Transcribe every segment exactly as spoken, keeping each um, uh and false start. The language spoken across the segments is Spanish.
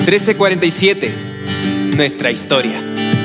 trece cuarenta y siete, nuestra historia.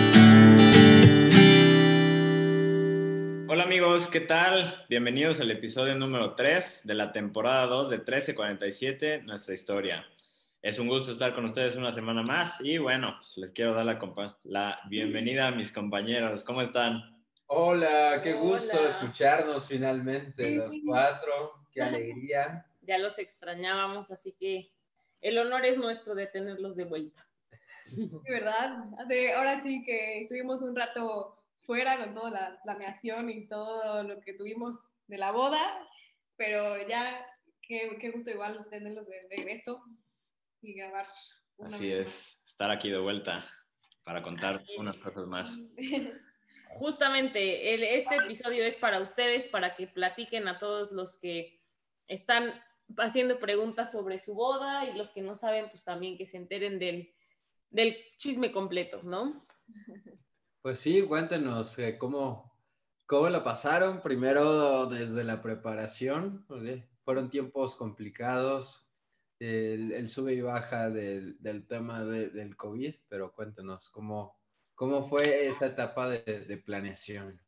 Hola amigos, ¿qué tal? Bienvenidos al episodio número tres de la temporada dos de trece cuarenta y siete, nuestra historia. Es un gusto estar con ustedes una semana más y bueno, les quiero dar la, compa- la bienvenida a mis compañeros. ¿Cómo están? Hola, qué gusto Hola. escucharnos finalmente Sí. los cuatro, qué alegría. Ya los extrañábamos, así que el honor es nuestro de tenerlos de vuelta. Sí, ¿verdad? Hace- ahora sí que estuvimos un rato fuera con toda la planeación y todo lo que tuvimos de la boda, pero ya qué, qué gusto igual tenerlos de regreso y grabar. una Así vez es, estar aquí de vuelta para contar Así es. unas cosas más. más. Justamente el, este episodio es para ustedes, para que platiquen a todos los que están haciendo preguntas sobre su boda y los que no saben, pues también que se enteren del, del chisme completo, ¿no? Pues sí, cuéntenos eh, cómo, cómo la pasaron. Primero desde la preparación, oye, fueron tiempos complicados, el, el sube y baja del, del tema de- del COVID, pero cuéntenos cómo, cómo fue esa etapa de, de planeación.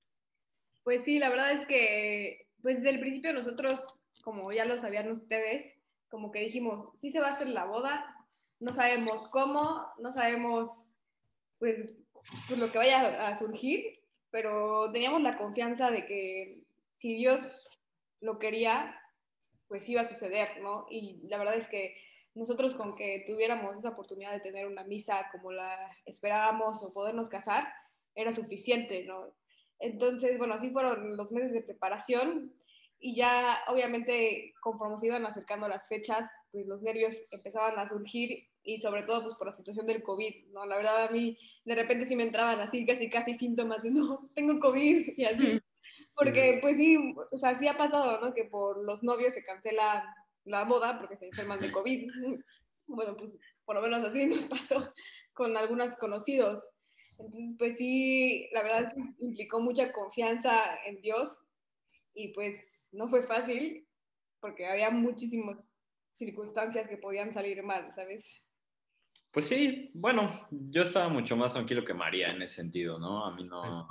Pues sí, la verdad es que pues desde el principio nosotros, como ya lo sabían ustedes, como que dijimos, sí se va a hacer la boda, no sabemos cómo, no sabemos pues, pues lo que vaya a surgir, pero teníamos la confianza de que si Dios lo quería, pues iba a suceder, ¿no? Y la verdad es que nosotros con que tuviéramos esa oportunidad de tener una misa como la esperábamos o podernos casar, era suficiente, ¿no? Entonces, bueno, así fueron los meses de preparación y ya obviamente conforme se iban acercando las fechas, pues los nervios empezaban a surgir y sobre todo pues por la situación del COVID, ¿no? La verdad a mí de repente sí me entraban así casi casi síntomas de no, tengo COVID y así. Porque, pues sí, o sea, sí ha pasado, ¿no? Que por los novios se cancela la boda porque se enferman de COVID. Bueno, pues por lo menos así nos pasó con algunos conocidos. Entonces, pues sí, la verdad sí implicó mucha confianza en Dios y pues no fue fácil porque había muchísimas circunstancias que podían salir mal, ¿sabes? Pues sí, bueno, yo estaba mucho más tranquilo que María en ese sentido, ¿no? A mí no,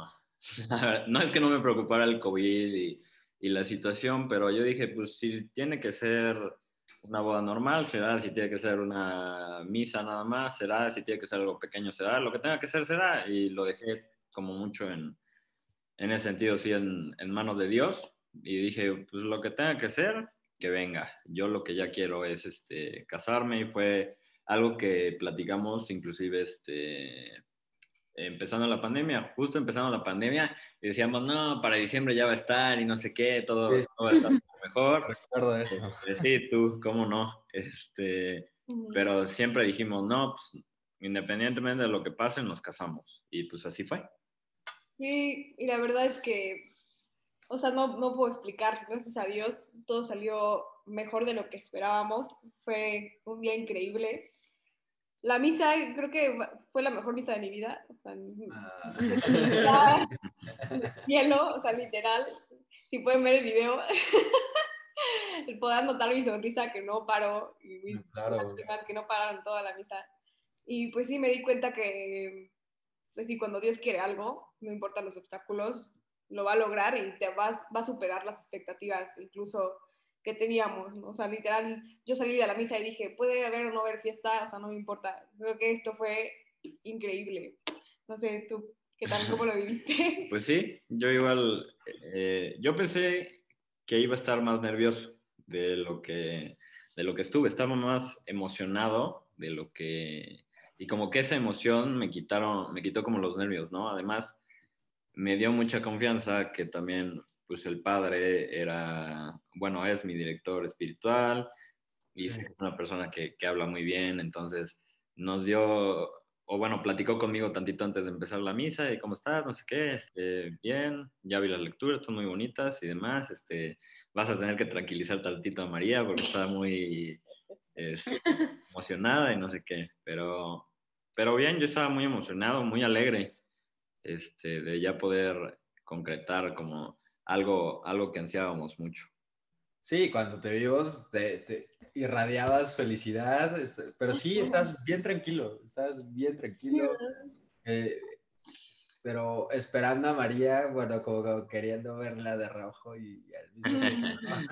no es que no me preocupara el COVID y, y la situación, pero yo dije, pues si tiene que ser una boda normal, será, si tiene que ser una misa nada más, será, si tiene que ser algo pequeño, será, lo que tenga que ser, será, y lo dejé como mucho en, en ese sentido, sí, en, en manos de Dios, y dije, pues lo que tenga que ser, que venga. Yo lo que ya quiero es este, casarme y fue algo que platicamos inclusive este, empezando la pandemia, justo empezando la pandemia, y decíamos, no, para diciembre ya va a estar y no sé qué, todo, Sí. todo va a estar mejor. Recuerdo eso. Este, sí, tú, cómo no. Este, pero siempre dijimos, no, pues independientemente de lo que pase, nos casamos. Y pues así fue. Sí, y la verdad es que, o sea, no, no puedo explicar, gracias a Dios, todo salió mejor de lo que esperábamos, fue un día increíble. La misa creo que fue la mejor misa de mi vida, o sea, Ah. cielo, o sea, literal, si pueden ver el video, podrán notar mi sonrisa que no paró y mis Claro. lágrimas que no pararon toda la misa. Y pues sí me di cuenta que, pues sí, cuando Dios quiere algo, no importan los obstáculos, lo va a lograr y te vas, va a superar las expectativas incluso que teníamos, ¿no? O sea, literal, yo salí de la misa y dije, puede haber o no haber fiesta, o sea, no me importa. Creo que esto fue increíble. No sé, tú, ¿qué tal? ¿Cómo lo viviste? Pues sí, yo igual, eh, yo pensé que iba a estar más nervioso de lo que, de lo que estuve, estaba más emocionado de lo que, y como que esa emoción me quitaron, me quitó como los nervios, ¿no? Además, me dio mucha confianza que también, pues el padre era, bueno, es mi director espiritual y Sí. sé que es una persona que, que habla muy bien, entonces nos dio, o bueno, platicó conmigo tantito antes de empezar la misa y cómo estás, no sé qué, este, bien, ya vi las lecturas, están muy bonitas y demás, este, vas a tener que tranquilizar tantito a María porque está muy este, emocionada y no sé qué, pero, pero bien, yo estaba muy emocionado, muy alegre, este, de ya poder concretar como algo, algo que ansiábamos mucho. Sí, cuando te vimos, te, te irradiabas felicidad, este, pero sí, estás bien tranquilo, estás bien tranquilo. eh, pero esperando a María, bueno, como, como queriendo verla de rojo y, y al mismo tiempo, ¿no?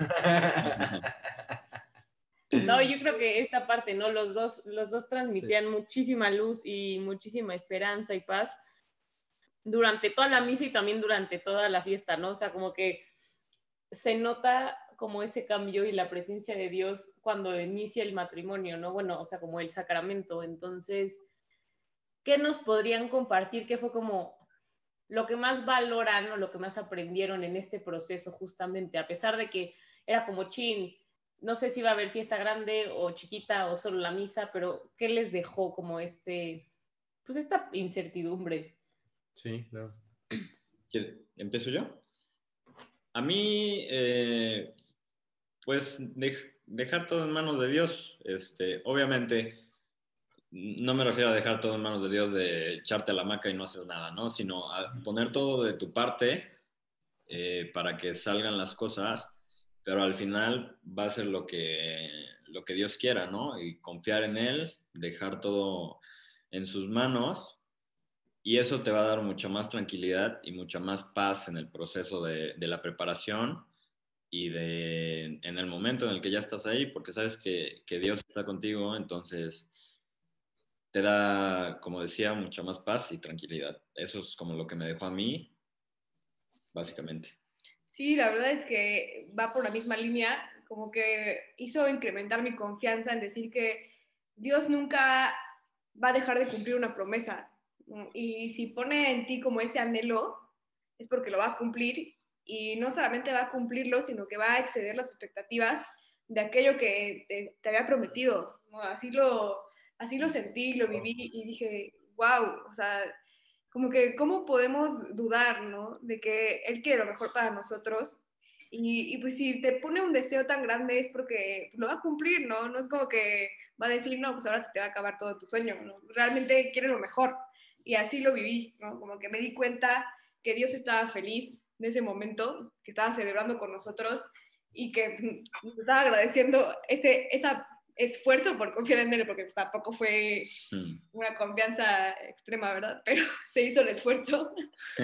No, yo creo que esta parte, ¿no? Los dos, los dos transmitían Sí. muchísima luz y muchísima esperanza y paz durante toda la misa y también durante toda la fiesta, ¿no? O sea, como que se nota como ese cambio y la presencia de Dios cuando inicia el matrimonio, ¿no? Bueno, o sea, como el sacramento. Entonces, ¿qué nos podrían compartir? ¿Qué fue como lo que más valoran o lo que más aprendieron en este proceso justamente? A pesar de que era como chin, no sé si va a haber fiesta grande o chiquita o solo la misa, pero ¿qué les dejó como este, pues esta incertidumbre? Sí, claro. ¿Quiere- ¿Empiezo yo? A mí, eh, pues, dej- dejar todo en manos de Dios. Este, obviamente, no me refiero a dejar todo en manos de Dios de echarte a la hamaca y no hacer nada, ¿no? Sino a poner todo de tu parte eh, para que salgan las cosas, pero al final va a ser lo que, lo que Dios quiera, ¿no? Y confiar en Él, dejar todo en sus manos, y eso te va a dar mucha más tranquilidad y mucha más paz en el proceso de, de la preparación y de, en el momento en el que ya estás ahí, porque sabes que, que Dios está contigo, entonces te da, como decía, mucha más paz y tranquilidad. Eso es como lo que me dejó a mí, básicamente. Sí, la verdad es que va por la misma línea, como que hizo incrementar mi confianza en decir que Dios nunca va a dejar de cumplir una promesa. Y si pone en ti como ese anhelo, es porque lo va a cumplir y no solamente va a cumplirlo, sino que va a exceder las expectativas de aquello que te, te había prometido, ¿no? Así lo, así lo sentí, lo viví y dije, wow, o sea, como que cómo podemos dudar, ¿no? De que Él quiere lo mejor para nosotros. Y, y pues si te pone un deseo tan grande es porque lo va a cumplir, ¿no? No es como que va a decir, no, pues ahora se te va a acabar todo tu sueño, ¿no? Realmente quiere lo mejor. Y así lo viví, ¿no? Como que me di cuenta que Dios estaba feliz en ese momento, que estaba celebrando con nosotros y que nos estaba agradeciendo ese esa esfuerzo por confiar en Él, porque pues, tampoco fue Mm. una confianza extrema, ¿verdad? Pero se hizo el esfuerzo.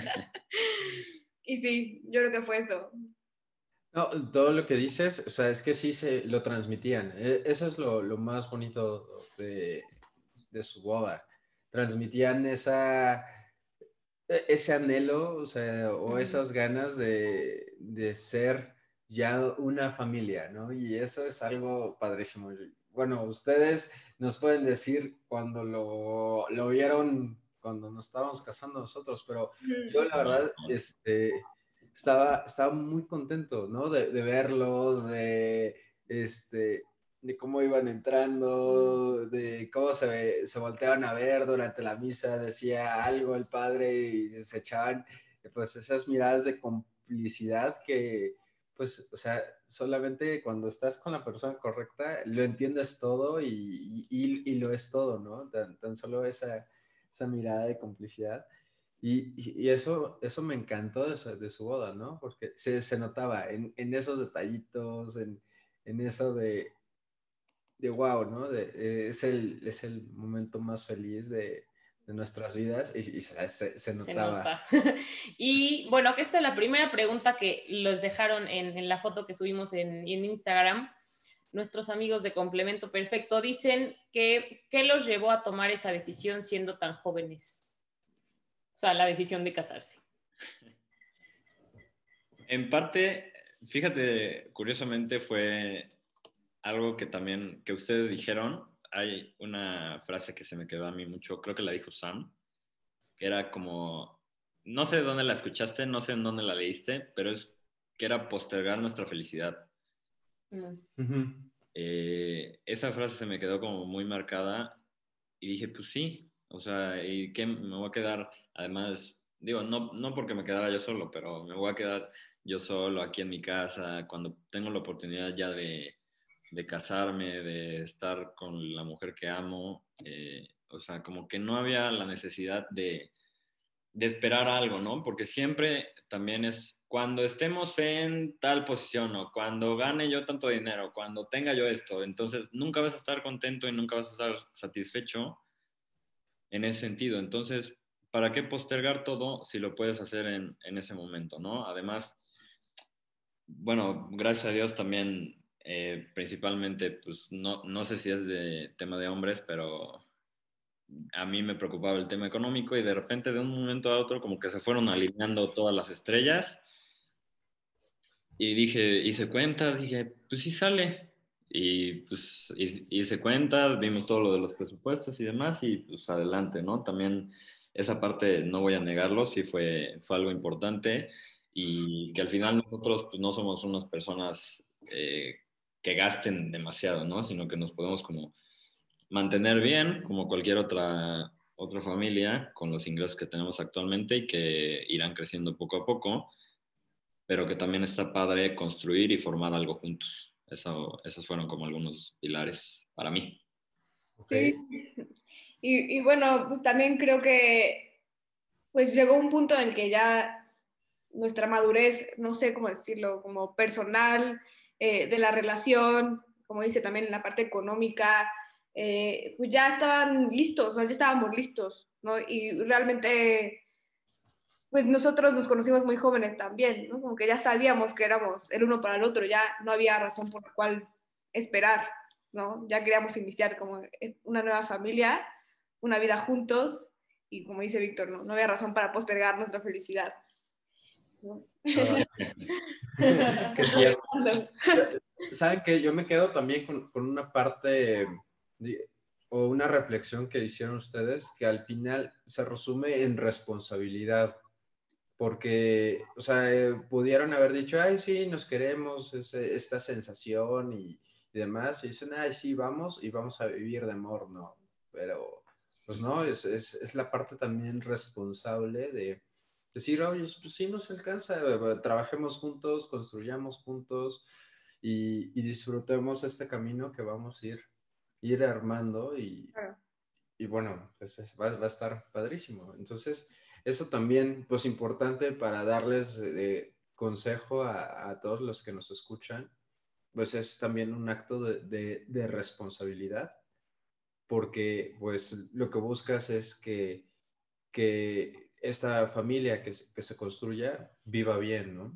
Y sí, yo creo que fue eso. No, todo lo que dices, o sea, es que sí se lo transmitían. E- Eso es lo, lo más bonito de, de su boda. Transmitían esa, e- ese anhelo, o sea, o Mm. esas ganas de, de ser ya una familia, ¿no? Y eso es algo padrísimo. Bueno, ustedes nos pueden decir cuando lo, lo vieron, cuando nos estábamos casando nosotros, pero yo la verdad, este, estaba, estaba muy contento, ¿no? De, de verlos, de, este, de cómo iban entrando, de cómo se, se volteaban a ver durante la misa, decía algo el padre y se echaban, pues esas miradas de complicidad que, pues, o sea, solamente cuando estás con la persona correcta lo entiendes todo y, y, y lo es todo, ¿no? Tan, tan solo esa, esa mirada de complicidad. Y, y, y eso, eso me encantó de su, de su boda, ¿no? Porque se, se notaba en, en esos detallitos, en, en eso de, de wow, ¿no? De, eh, es, el, es el momento más feliz de, de nuestras vidas y, y se, se, se Se notaba. nota. Y bueno, que esta es la primera pregunta que los dejaron en, en la foto que subimos en, en Instagram. Nuestros amigos de Complemento Perfecto dicen que ¿qué los llevó a tomar esa decisión siendo tan jóvenes? O sea, la decisión de casarse. En parte, fíjate, curiosamente fue algo que también, que ustedes dijeron. Hay una frase que se me quedó a mí mucho, creo que la dijo Sam, que era como, no sé dónde la escuchaste, no sé en dónde la leíste, pero es que era postergar nuestra felicidad. Mm. Uh-huh. Eh, esa frase se me quedó como muy marcada y dije, pues sí, o sea, ¿y qué me voy a quedar? Además, digo, no, no porque me quedara yo solo, pero me voy a quedar yo solo aquí en mi casa cuando tengo la oportunidad ya de, de casarme, de estar con la mujer que amo. Eh, o sea, como que no había la necesidad de, de esperar algo, ¿no? Porque siempre también es cuando estemos en tal posición o cuando gane yo tanto dinero, cuando tenga yo esto, entonces nunca vas a estar contento y nunca vas a estar satisfecho en ese sentido. Entonces, ¿para qué postergar todo si lo puedes hacer en, en ese momento, ¿no? Además, bueno, gracias a Dios también, eh, principalmente, pues no, no sé si es de tema de hombres, pero a mí me preocupaba el tema económico y de repente de un momento a otro como que se fueron alineando todas las estrellas y dije, hice cuentas, dije, pues sí sale. Y pues hice cuentas, vimos todo lo de los presupuestos y demás y pues adelante, ¿no? También esa parte, no voy a negarlo, sí fue, fue algo importante y que al final nosotros pues no somos unas personas eh, que gasten demasiado, ¿no? Sino que nos podemos como mantener bien, como cualquier otra, otra familia, con los ingresos que tenemos actualmente y que irán creciendo poco a poco, pero que también está padre construir y formar algo juntos. Eso, esos fueron como algunos pilares para mí. Ok. Sí. Y, y bueno, pues también creo que pues llegó un punto en el que ya nuestra madurez, no sé cómo decirlo, como personal, eh, de la relación, como dice también en la parte económica, eh, pues ya estaban listos, ¿no? Ya estábamos listos, ¿no? Y realmente, pues nosotros nos conocimos muy jóvenes también, ¿no? Como que ya sabíamos que éramos el uno para el otro, ya no había razón por la cual esperar, ¿no? Ya queríamos iniciar como una nueva familia, una vida juntos, y como dice Víctor, ¿no? No había razón para postergar nuestra felicidad, ¿no? Ah, qué tierno. ¿Saben qué? Yo me quedo también con, con una parte de- o una reflexión que hicieron ustedes que al final se resume en responsabilidad. Porque, o sea, eh, pudieron haber dicho, ay, sí, nos queremos, ese- esta sensación y, y demás, y dicen, ay, sí, vamos y vamos a vivir de amor, ¿no? Pero, pues no, es, es, es la parte también responsable de decir, oye, pues sí nos alcanza, eh, trabajemos juntos, construyamos juntos y, y disfrutemos este camino que vamos a ir, ir armando y, Claro. y bueno, pues es- va, va a estar padrísimo. Entonces, eso también, pues importante para darles eh, consejo a, a todos los que nos escuchan, pues es también un acto de, de- de responsabilidad, porque pues lo que buscas es que, que esta familia que, se- que se construya viva bien, ¿no?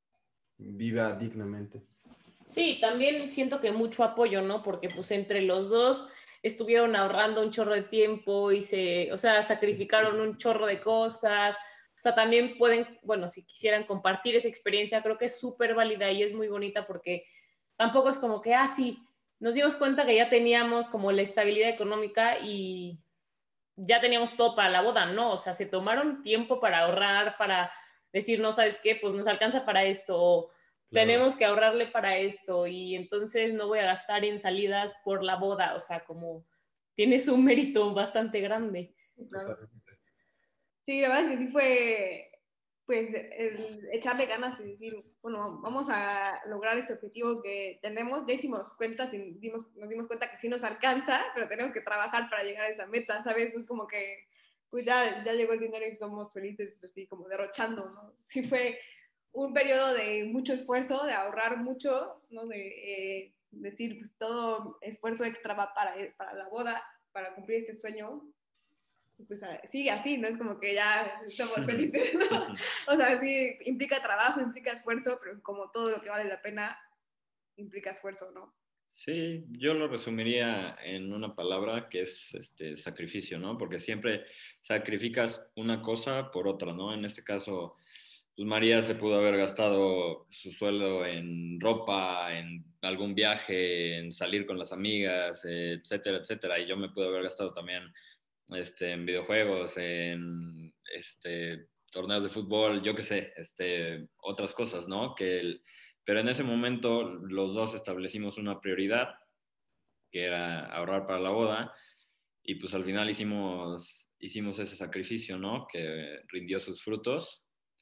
Viva dignamente. Sí, también siento que mucho apoyo, ¿no? Porque pues entre los dos estuvieron ahorrando un chorro de tiempo y se, o sea, sacrificaron un chorro de cosas. O sea, también pueden, bueno, si quisieran compartir esa experiencia, creo que es súper válida y es muy bonita porque tampoco es como que, ah, sí, nos dimos cuenta que ya teníamos como la estabilidad económica y ya teníamos todo para la boda, ¿no? O sea, se tomaron tiempo para ahorrar, para decir, no, ¿sabes qué? Pues nos alcanza para esto, o Claro. tenemos que ahorrarle para esto, y entonces no voy a gastar en salidas por la boda, o sea, como tiene su mérito bastante grande. Sí, claro. Totalmente. Sí, la verdad es que sí fue, pues, el echarle ganas y decir, bueno, vamos a lograr este objetivo que tenemos. Ya hicimos cuentas y dimos, nos dimos cuenta que sí nos alcanza, pero tenemos que trabajar para llegar a esa meta, ¿sabes? Es como que, pues ya, ya llegó el dinero y somos felices, así como derrochando, ¿no? Sí fue un periodo de mucho esfuerzo, de ahorrar mucho, ¿no? De eh, decir, pues todo esfuerzo extra va para, para la boda, para cumplir este sueño, pues sigue así, no es como que ya somos felices, ¿no? O sea, sí, implica trabajo, implica esfuerzo, pero como todo lo que vale la pena, implica esfuerzo, ¿no? Sí, yo lo resumiría en una palabra que es este sacrificio, ¿no? Porque siempre sacrificas una cosa por otra, ¿no? En este caso, pues María se pudo haber gastado su sueldo en ropa, en algún viaje, en salir con las amigas, eh, etcétera, etcétera. Y yo me pude haber gastado también este, en videojuegos, en este, torneos de fútbol, yo qué sé, este, otras cosas, ¿no? Que el, pero en ese momento los dos establecimos una prioridad, que era ahorrar para la boda, y pues al final hicimos, hicimos ese sacrificio, ¿no? Que rindió sus frutos,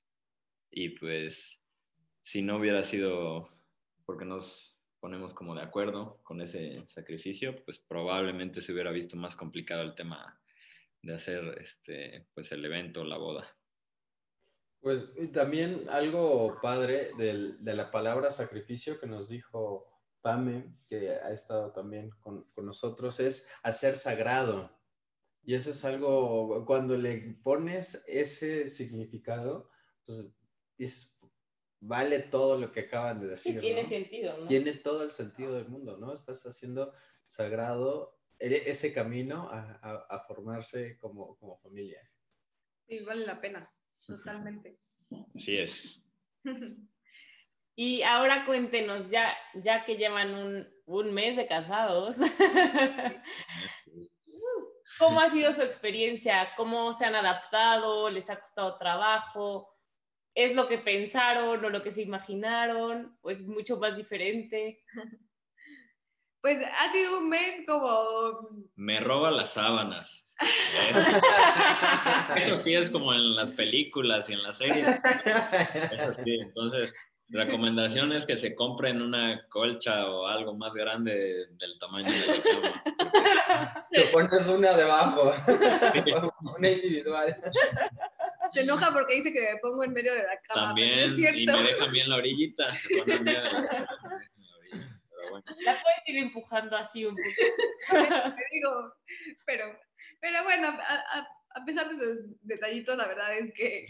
y pues si no hubiera sido porque nos ponemos como de acuerdo con ese sacrificio, pues probablemente se hubiera visto más complicado el tema de hacer este, pues el evento, la boda. Pues y también algo padre del- de la palabra sacrificio que nos dijo Pame, que ha estado también con, con nosotros, es hacer sagrado. Y eso es algo, cuando le pones ese significado, pues es, vale todo lo que acaban de Sí, decir, tiene ¿no? sentido, ¿no? Tiene todo el sentido del mundo, ¿no? Estás haciendo sagrado e- ese camino a, a- a formarse como, como familia. Y vale la pena, totalmente. Así es. Y ahora cuéntenos, ya, ya que llevan un, un mes de casados, ¿cómo ha sido su experiencia? ¿Cómo se han adaptado? ¿Les ha costado trabajo? ¿Es lo que pensaron o lo que se imaginaron? ¿O es mucho más diferente? Pues ha sido un mes como... Me roba las sábanas. Eso, eso sí es como en las películas y en las series. Eso sí, entonces, recomendación es que se compren una colcha o algo más grande del tamaño de la cama. Te pones una debajo, una individual. Se enoja porque dice que me pongo en medio de la cama. También, pero es y cierto. me dejan bien la orillita, se pone en medio de la cama, me dejan la orillita, pero bueno. La puedes ir empujando así un poco. Te digo, pero, pero bueno, a, a, a pesar de esos detallitos, la verdad es que...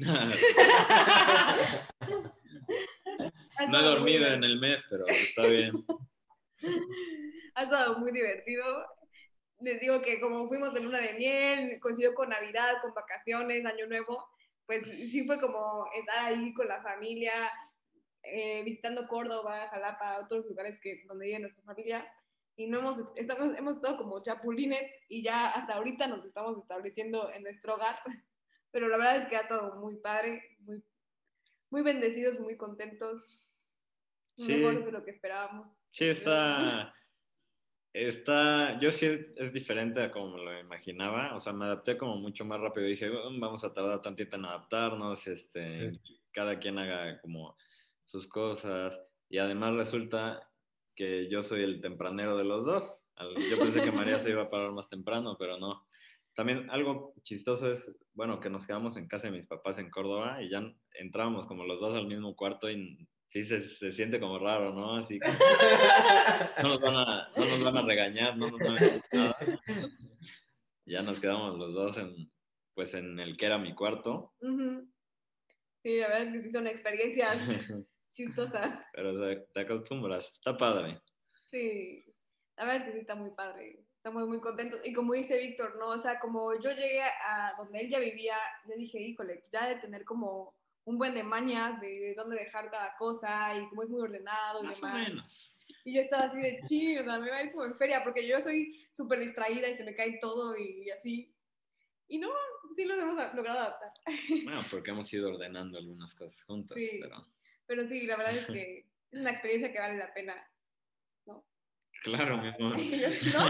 No he dormido en el mes, pero está bien. Ha estado muy divertido. Les digo que como fuimos de luna de miel, coincidió con Navidad, con vacaciones, Año Nuevo, pues sí fue como estar ahí con la familia, eh, visitando Córdoba, Jalapa, otros lugares que, donde vive nuestra familia. Y no hemos, estamos, hemos estado como chapulines y ya hasta ahorita nos estamos estableciendo en nuestro hogar. Pero la verdad es que ha estado muy padre, muy, muy bendecidos, muy contentos, Sí, mejor de lo que esperábamos. sí, está, está, yo sí es diferente a como me lo imaginaba, o sea, me adapté como mucho más rápido, dije, "Mm, vamos a tardar tantito en adaptarnos, este, cada quien haga como sus cosas, y además resulta que yo soy el tempranero de los dos. Al- Yo pensé que María se iba a parar más temprano, pero no. También algo chistoso es, bueno, que nos quedamos en casa de mis papás en Córdoba y ya entrábamos como los dos al mismo cuarto y sí se, se siente como raro, ¿no? Así que no nos van a, no nos van a regañar, no nos van a decir nada. Ya nos quedamos los dos en, pues en el que era mi cuarto. Uh-huh. Sí, la verdad es que sí son experiencias chistosas. Pero te, te acostumbras, está padre. Sí, la verdad es que sí está muy padre. Estamos muy contentos. Y como dice Víctor, ¿no? O sea, como yo llegué a donde él ya vivía, yo dije, híjole, ya de tener como un buen de mañas de dónde dejar cada cosa y como es muy ordenado y Más o demás. menos. Y yo estaba así de chido, o sea, me va a ir como en feria porque yo soy súper distraída y se me cae todo y así. Y no, sí lo hemos logrado adaptar. Bueno, porque hemos ido ordenando algunas cosas juntas, Sí, pero... pero sí, la verdad es que es una experiencia que vale la pena, ¿no? Claro, mi amor. ¿No?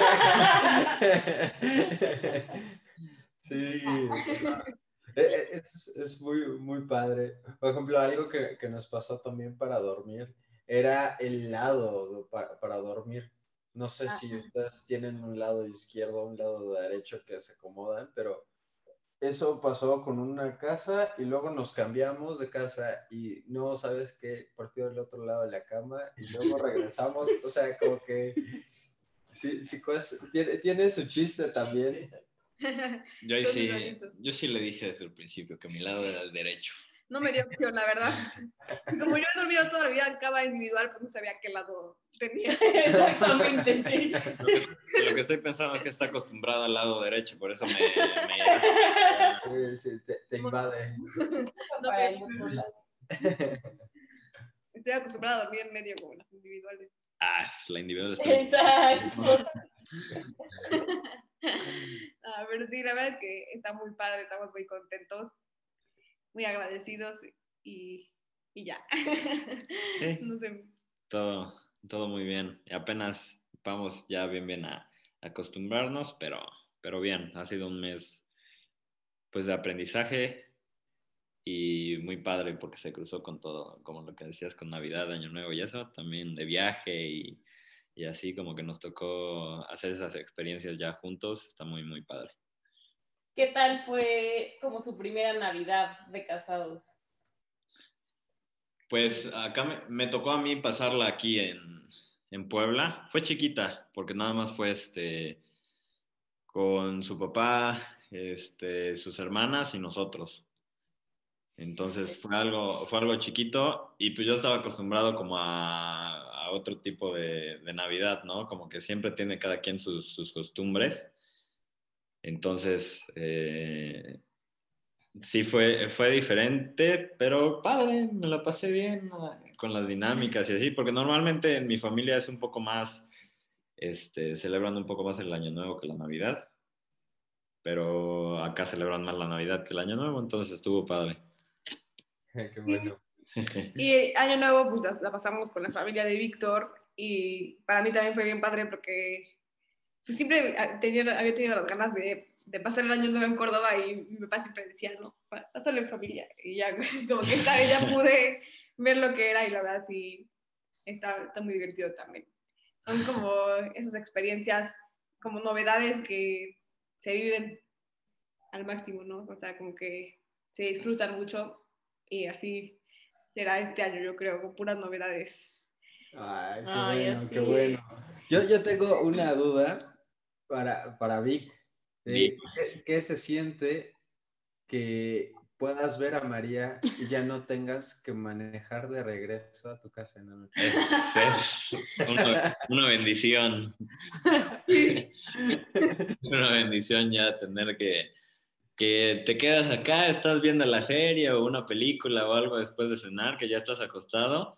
Sí, es, es muy, muy padre. Por ejemplo, algo que, que nos pasó también para dormir era el lado para, para dormir. No sé si ustedes tienen un lado izquierdo, un lado derecho que se acomodan, pero eso pasó con una casa y luego nos cambiamos de casa y no sabes qué, prefiero el otro lado de la cama y luego regresamos. O sea, como que sí, sí, pues, tiene, tiene su chiste también. Yo ahí Son sí, detallitos. yo sí le dije desde el principio que mi lado era el derecho. No me dio opción, la verdad. Y como yo he dormido toda la vida en cama individual, pues no sabía qué lado tenía. Exactamente, sí. Lo que, lo que estoy pensando es que está acostumbrada al lado derecho, por eso me... me- Sí, sí, te, te invade. No Para me- el otro lado. Estoy acostumbrada a dormir en medio como las individuales. Ah, la individual está... Exacto. Ah, pero sí, la verdad es que está muy padre, estamos muy contentos, muy agradecidos y, y ya. Sí. No sé. Todo, todo muy bien. Y apenas vamos ya bien, bien a, a acostumbrarnos, pero, pero bien, ha sido un mes pues de aprendizaje y muy padre porque se cruzó con todo, como lo que decías, con Navidad, Año Nuevo y eso, también de viaje y, y así como que nos tocó hacer esas experiencias ya juntos, está muy, muy padre. ¿Qué tal fue como su primera Navidad de casados? Pues acá me, me tocó a mí pasarla aquí en, en Puebla. Fue chiquita, porque nada más fue este, con su papá, este, sus hermanas y nosotros. Entonces fue algo, fue algo chiquito y pues yo estaba acostumbrado como a, a otro tipo de, de Navidad, ¿no? Como que siempre tiene cada quien sus, sus costumbres. Entonces, eh, sí fue, fue diferente, pero padre, me la pasé bien ah, con las dinámicas y así, porque normalmente en mi familia es un poco más, este, celebran un poco más el Año Nuevo que la Navidad, pero acá celebran más la Navidad que el Año Nuevo, entonces estuvo padre. Qué Sí. bueno. Y Año Nuevo, pues la, la pasamos con la familia de Víctor y para mí también fue bien padre porque pues, siempre tenía, había tenido las ganas de, de pasar el Año Nuevo en Córdoba y mi papá siempre decía, no, pásalo en familia. Y ya, como que esta vez ya pude ver lo que era y la verdad sí, está, está muy divertido también. Son como esas experiencias, como novedades que se viven al máximo, ¿no? O sea, como que se disfrutan mucho y así será este año, yo creo, con puras novedades. Ay, qué Ay, bueno, así qué bueno. es. Yo, yo tengo una duda para, para Vic. Di- Eh, ¿qué, qué se siente que puedas ver a María y ya no tengas que manejar de regreso a tu casa en la noche? Es, es una, una bendición. Sí. Es una bendición ya tener que, que te quedas acá, estás viendo la serie o una película o algo después de cenar, que ya estás acostado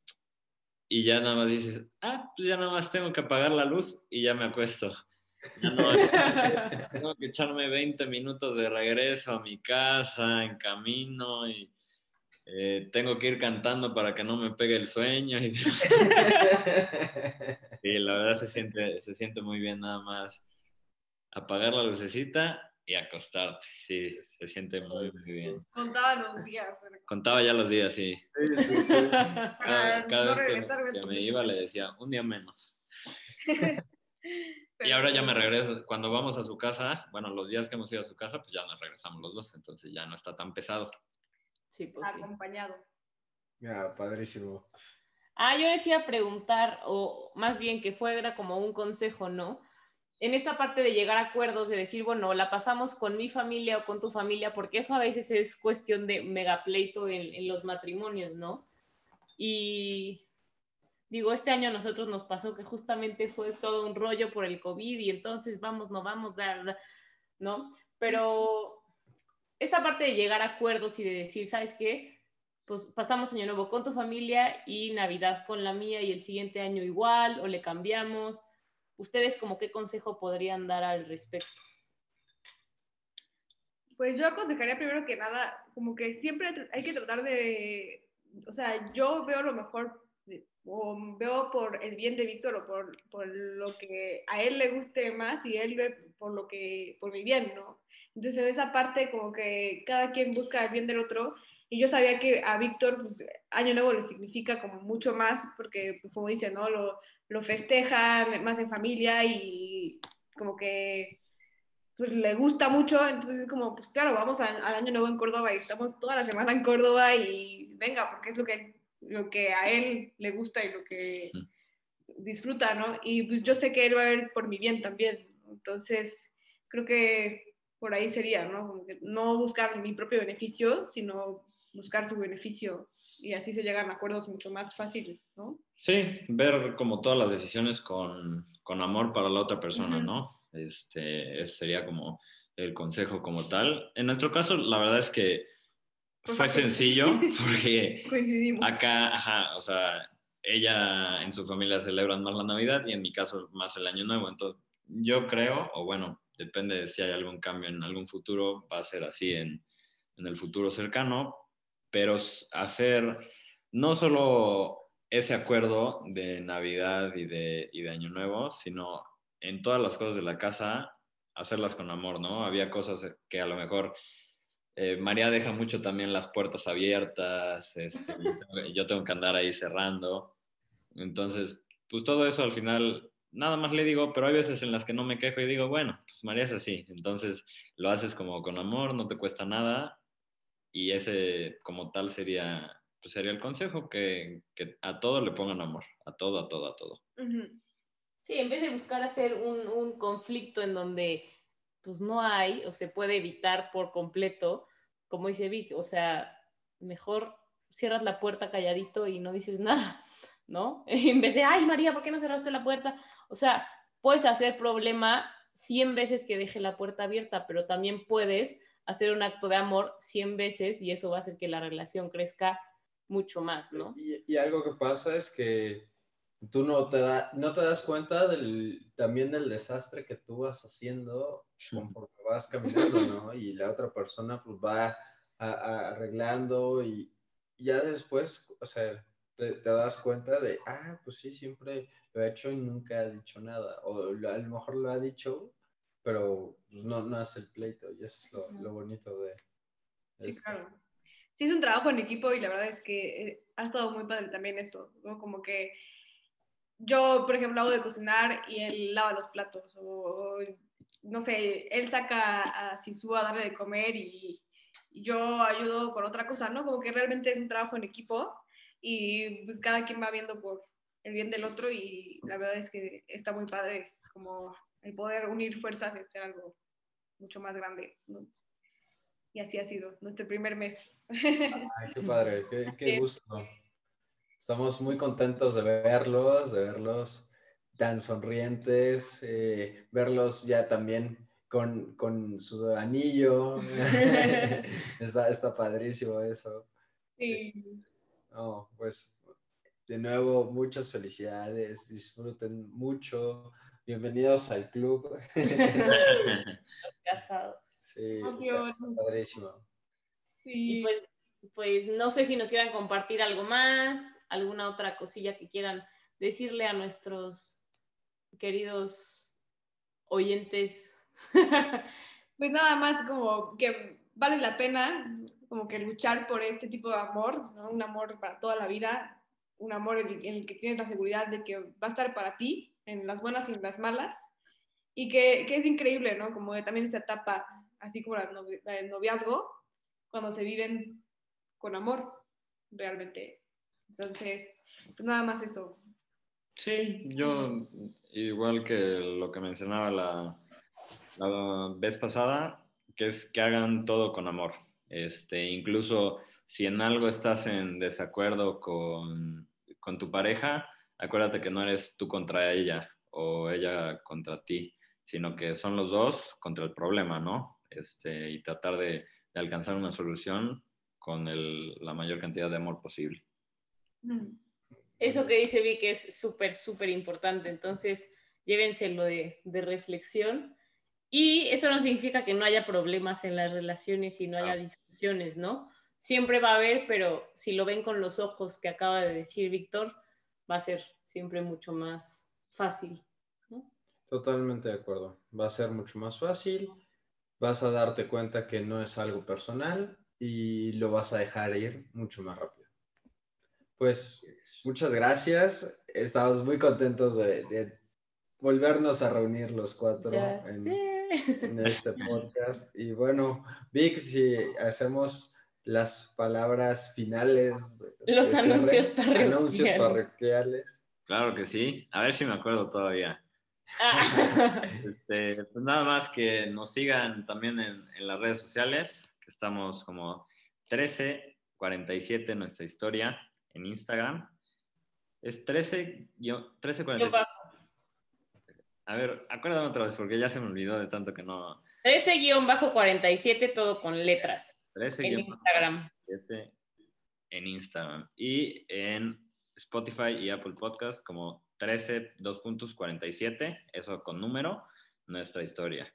y ya nada más dices, ah, pues ya nada más tengo que apagar la luz y ya me acuesto. Ya no, tengo que echarme veinte minutos de regreso a mi casa en camino y eh, tengo que ir cantando para que no me pegue el sueño. Y... Sí, la verdad se siente, se siente muy bien nada más apagar la lucecita y acostarte. Sí, se siente muy, muy bien. Contaba los días. Contaba ya los días, sí. Sí, sí, sí. Cada, Para cada no vez que, regresar. que me iba le decía, un día menos. Y Pero, ahora ya me regreso. Cuando vamos a su casa, bueno, los días que hemos ido a su casa, pues ya nos regresamos los dos, entonces ya no está tan pesado. Sí, pues sí. acompañado. Ah, padrísimo. Ah, yo les iba a preguntar, o más bien que fuera como un consejo, ¿no? En esta parte de llegar a acuerdos, de decir, bueno, la pasamos con mi familia o con tu familia, porque eso a veces es cuestión de megapleito en, en los matrimonios, ¿no? Y digo, este año a nosotros nos pasó que justamente fue todo un rollo por el COVID y entonces vamos, no vamos, bla, bla, ¿no? Pero esta parte de llegar a acuerdos y de decir, ¿sabes qué? Pues pasamos año nuevo con tu familia y Navidad con la mía y el siguiente año igual o le cambiamos. ¿Ustedes como qué consejo podrían dar al respecto? Pues yo aconsejaría primero que nada, como que siempre hay que tratar de, o sea, yo veo lo mejor, o veo por el bien de Víctor o por, por lo que a él le guste más y él ve por lo que, por mi bien, ¿no? Entonces en esa parte como que cada quien busca el bien del otro y yo sabía que a Víctor, pues, Año Nuevo le significa como mucho más porque, pues, como dice, ¿no? Lo, lo festejan más en familia y como que pues le gusta mucho, entonces es como, pues claro, vamos a, al Año Nuevo en Córdoba y estamos toda la semana en Córdoba y venga, porque es lo que, lo que a él le gusta y lo que disfruta, ¿no? Y pues yo sé que él va a ver por mi bien también, entonces creo que por ahí sería, ¿no? Como que no buscar mi propio beneficio, sino buscar su beneficio y así se llegan a acuerdos mucho más fáciles, ¿no? Sí, ver como todas las decisiones con, con amor para la otra persona, Uh-huh. ¿no? Este, ese sería como el consejo como tal. En nuestro caso, la verdad es que Fue fue fácil. sencillo porque Coincidimos. acá, ajá, o sea, ella en su familia celebran más la Navidad y en mi caso más el Año Nuevo. Entonces, yo creo, o bueno, depende de si hay algún cambio en algún futuro, va a ser así en, en el futuro cercano, pero hacer no solo ese acuerdo de Navidad y de, y de Año Nuevo, sino en todas las cosas de la casa, hacerlas con amor, ¿no? Había cosas que a lo mejor eh, María deja mucho también las puertas abiertas, este, yo, tengo, yo tengo que andar ahí cerrando. Entonces, pues todo eso al final nada más le digo, pero hay veces en las que no me quejo y digo, bueno, pues María es así, entonces lo haces como con amor, no te cuesta nada y ese como tal sería, pues sería el consejo, que, que a todo le pongan amor, a todo, a todo, a todo. Ujú. Sí, en vez de buscar hacer un, un conflicto en donde pues no hay o se puede evitar por completo, como dice Vic, o sea, mejor cierras la puerta calladito y no dices nada, ¿no? En vez de, ay María, ¿por qué no cerraste la puerta? O sea, puedes hacer problema cien veces que deje la puerta abierta, pero también puedes hacer un acto de amor cien veces y eso va a hacer que la relación crezca mucho más, ¿no? Y, y algo que pasa es que tú no te, da, no te das cuenta del, también del desastre que tú vas haciendo conforme vas caminando, ¿no? Y la otra persona pues va a, a arreglando y ya después, o sea, te, te das cuenta de, ah, pues sí, siempre lo ha hecho y nunca ha dicho nada. O lo, a lo mejor lo ha dicho, pero pues, no, no hace el pleito y eso es lo, lo bonito de Sí, esto. claro. Sí, es un trabajo en equipo y la verdad es que eh, ha estado muy padre también esto, ¿no? Como que yo, por ejemplo, hago de cocinar y él lava los platos, o, o, no sé, él saca a Sisu a darle de comer y, y yo ayudo con otra cosa, ¿no? Como que realmente es un trabajo en equipo y pues cada quien va viendo por el bien del otro y la verdad es que está muy padre como el poder unir fuerzas y hacer algo mucho más grande, ¿no? Y así ha sido nuestro primer mes. Ay, qué padre, qué, qué gusto. Estamos muy contentos de verlos, de verlos tan sonrientes, eh, verlos ya también con, con su anillo. está, está padrísimo eso. Es- Sí. no, pues de nuevo, muchas felicidades, disfruten mucho, bienvenidos al club. Casados. Sí, está, Adiós. está padrísimo. Y Sí. pues, pues no sé si nos quieran compartir algo más, alguna otra cosilla que quieran decirle a nuestros queridos oyentes. Pues nada más como que vale la pena como que luchar por este tipo de amor, ¿no? Un amor para toda la vida, un amor en el, en el que tienes la seguridad de que va a estar para ti, en las buenas y en las malas, y que, que es increíble, ¿no? Como de también esa etapa, así como la, novi la del noviazgo, cuando se viven con amor, realmente. Entonces, pues nada más eso. Sí, yo igual que lo que mencionaba la, la vez pasada, que es que hagan todo con amor. Este, incluso si en algo estás en desacuerdo con, con tu pareja, acuérdate que no eres tú contra ella o ella contra ti, sino que son los dos contra el problema, ¿no? Este, y tratar de, de alcanzar una solución con el, la mayor cantidad de amor posible. Mm. Eso que dice Vic es súper, súper importante. Entonces, llévenselo de, de reflexión. Y eso no significa que no haya problemas en las relaciones y no haya discusiones, ¿no? Siempre va a haber, pero si lo ven con los ojos que acaba de decir Víctor, va a ser siempre mucho más fácil, ¿no? Totalmente de acuerdo. Va a ser mucho más fácil, vas a darte cuenta que no es algo personal y lo vas a dejar ir mucho más rápido. Pues muchas gracias. Estamos muy contentos de, de volvernos a reunir los cuatro Ya en, sé. en este podcast. Y bueno, Vic, si hacemos las palabras finales de, Los de anuncios cierre, anuncios parroquiales. parroquiales. Claro que sí, a ver si me acuerdo todavía. Ah. Este, pues nada más que nos sigan también en, en las redes sociales, que estamos como trece cuarenta y siete nuestra historia en Instagram. Es trece, trece cuarenta y siete. A ver, acuérdame otra vez porque ya se me olvidó de tanto que no. trece cuarenta y siete, todo con letras. En Instagram. trece cuarenta y siete en Instagram. Y en Spotify y Apple Podcast como trece, dos puntos, cuarenta y siete, eso con número, nuestra historia.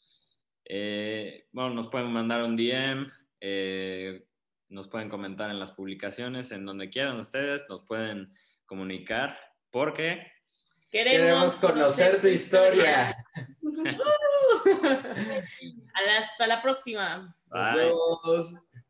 Eh, bueno, nos pueden mandar un D M, eh, nos pueden comentar en las publicaciones, en donde quieran ustedes, nos pueden comunicar, porque Queremos, Queremos conocer tu historia. Hasta la próxima. Nos bye. vemos.